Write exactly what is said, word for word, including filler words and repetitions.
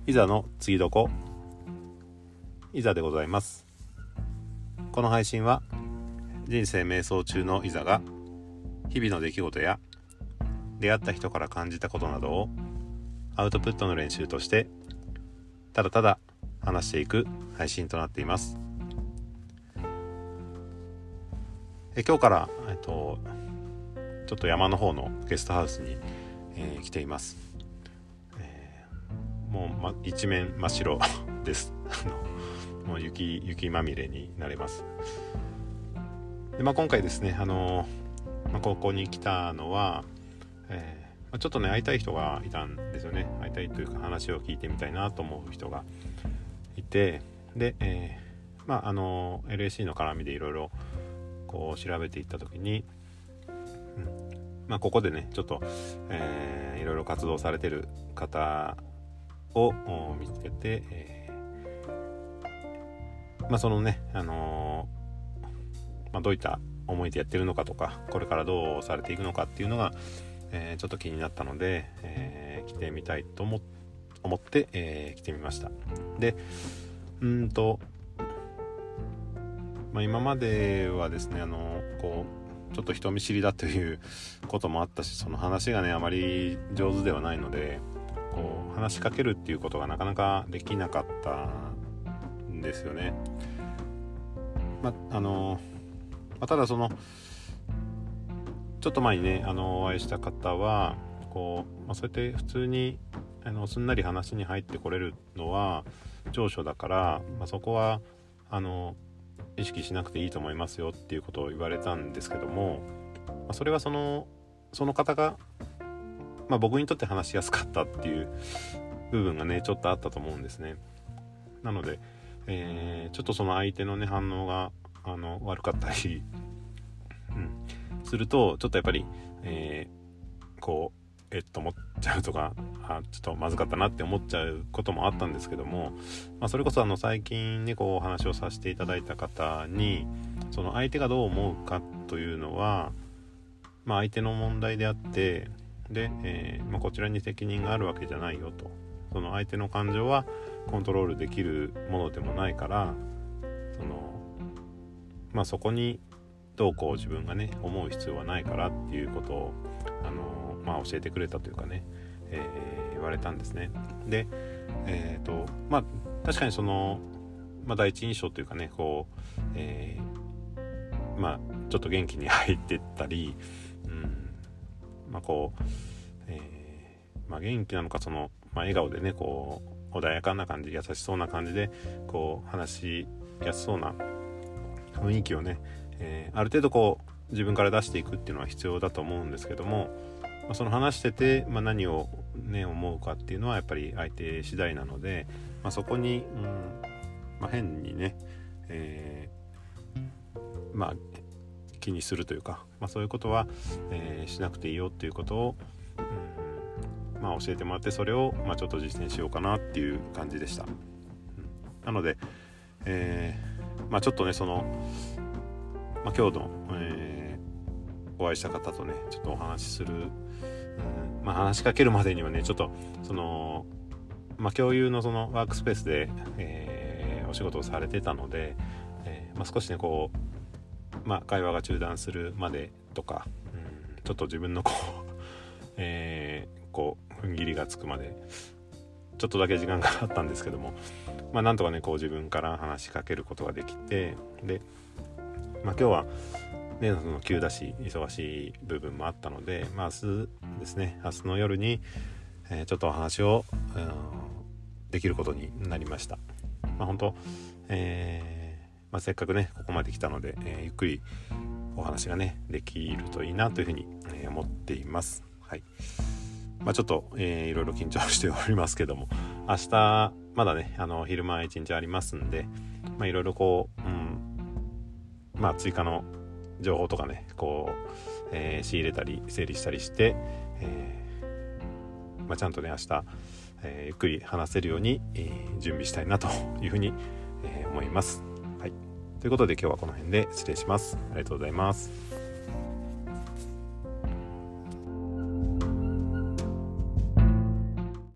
いざの次どこいざでございます。この配信は人生瞑想中のいざが日々の出来事や出会った人から感じたことなどをアウトプットの練習としてただただ話していく配信となっています。え今日から、えっと、ちょっと山の方のゲストハウスに、えー、来ています。えー、もう、ま、一面真っ白ですもう 雪, 雪まみれになれます。で、まあ、今回ですね、あのーまあ、ここに来たのは、えーまあ、ちょっとね会いたい人がいたんですよね。会いたいというか話を聞いてみたいなと思う人がいて、で、えー、まああの エルエーシー の絡みでいろいろこう調べていった時に、うんまあ、ここでねちょっと、えー、いろいろ活動されてる方を見つけて、えーまあ、そのね、あのーまあ、どういった思いでやってるのかとか、これからどうされていくのかっていうのが、えー、ちょっと気になったので、えー、来てみたいと思思って、えー、来てみました。で、うーんと、まあ、今まではですね、あのこうちょっと人見知りだということもあったし、その話がねあまり上手ではないので、こう話しかけるっていうことがなかなかできなかったんですよね。まあの、まあ、ただそのちょっと前にねあのお会いした方はこう、まあ、そうやって普通にあのすんなり話に入ってこれるのは長所だから、まあ、そこはあの意識しなくていいと思いますよっていうことを言われたんですけども、まあ、それはそのその方が、まあ、僕にとって話しやすかったっていう部分がねちょっとあったと思うんですね。なので、えー、ちょっとその相手のね反応があの悪かったり、うん、するとちょっとやっぱり、えー、こうえっと思っちゃうとか、あちょっとまずかったなって思っちゃうこともあったんですけども、まあ、それこそあの最近ねこうお話をさせていただいた方に、その相手がどう思うかというのは、まあ、相手の問題であって、で、えーまあ、こちらに責任があるわけじゃないよと。その相手の感情はコントロールできるものでもないから、そのまあそこにどうこう自分がね思う必要はないからっていうことをあのまあ教えてくれたというかね、えー、言われたんですね。で、えーとまあ確かにその、まあ、第一印象というかねこう、えー、まあちょっと元気に入ってったり、うん、まあこう、えー、まあ元気なのかその、まあ、笑顔でねこう穏やかな感じ、優しそうな感じでこう話しやすそうな雰囲気をね、えー、ある程度こう自分から出していくっていうのは必要だと思うんですけども、まあ、その話してて、まあ、何を、ね、思うかっていうのはやっぱり相手次第なので、まあ、そこに、うんまあ、変にね、えー、まあ気にするというか、まあ、そういうことは、えー、しなくていいよっていうことを、うんまあ、教えてもらって、それを、まあ、ちょっと実践しようかなっていう感じでした。うん、なので、えーまあ、ちょっとねその、まあ、今日の、えー、お会いした方とねちょっとお話しする、うんまあ、話しかけるまでにはねちょっとその、まあ、共有のそのワークスペースで、えー、お仕事をされてたので、えーまあ、少しねこう、まあ、会話が中断するまでとか、うん、ちょっと自分のこう、えー、こう踏ん切りがつくまでちょっとだけ時間があったんですけども、まあ、なんとかねこう自分から話しかけることができて、で、まあ、今日はねその急だし忙しい部分もあったので、まあ、明日ですね明日の夜に、えー、ちょっとお話を、うん、できることになりました。まあ、本当、えーまあ、せっかくねここまで来たので、えー、ゆっくりお話がねできるといいなというふうに、えー、思っています。はい。まあ、ちょっと、えー、いろいろ緊張しておりますけども、明日まだねあの昼間一日ありますんで、まあ、いろいろこう、うんまあ、追加の情報とかねこう、えー、仕入れたり整理したりして、えーまあ、ちゃんとね明日、えー、ゆっくり話せるように、えー、準備したいなというふうに、えー、思います。はい。ということで今日はこの辺で失礼します。ありがとうございます。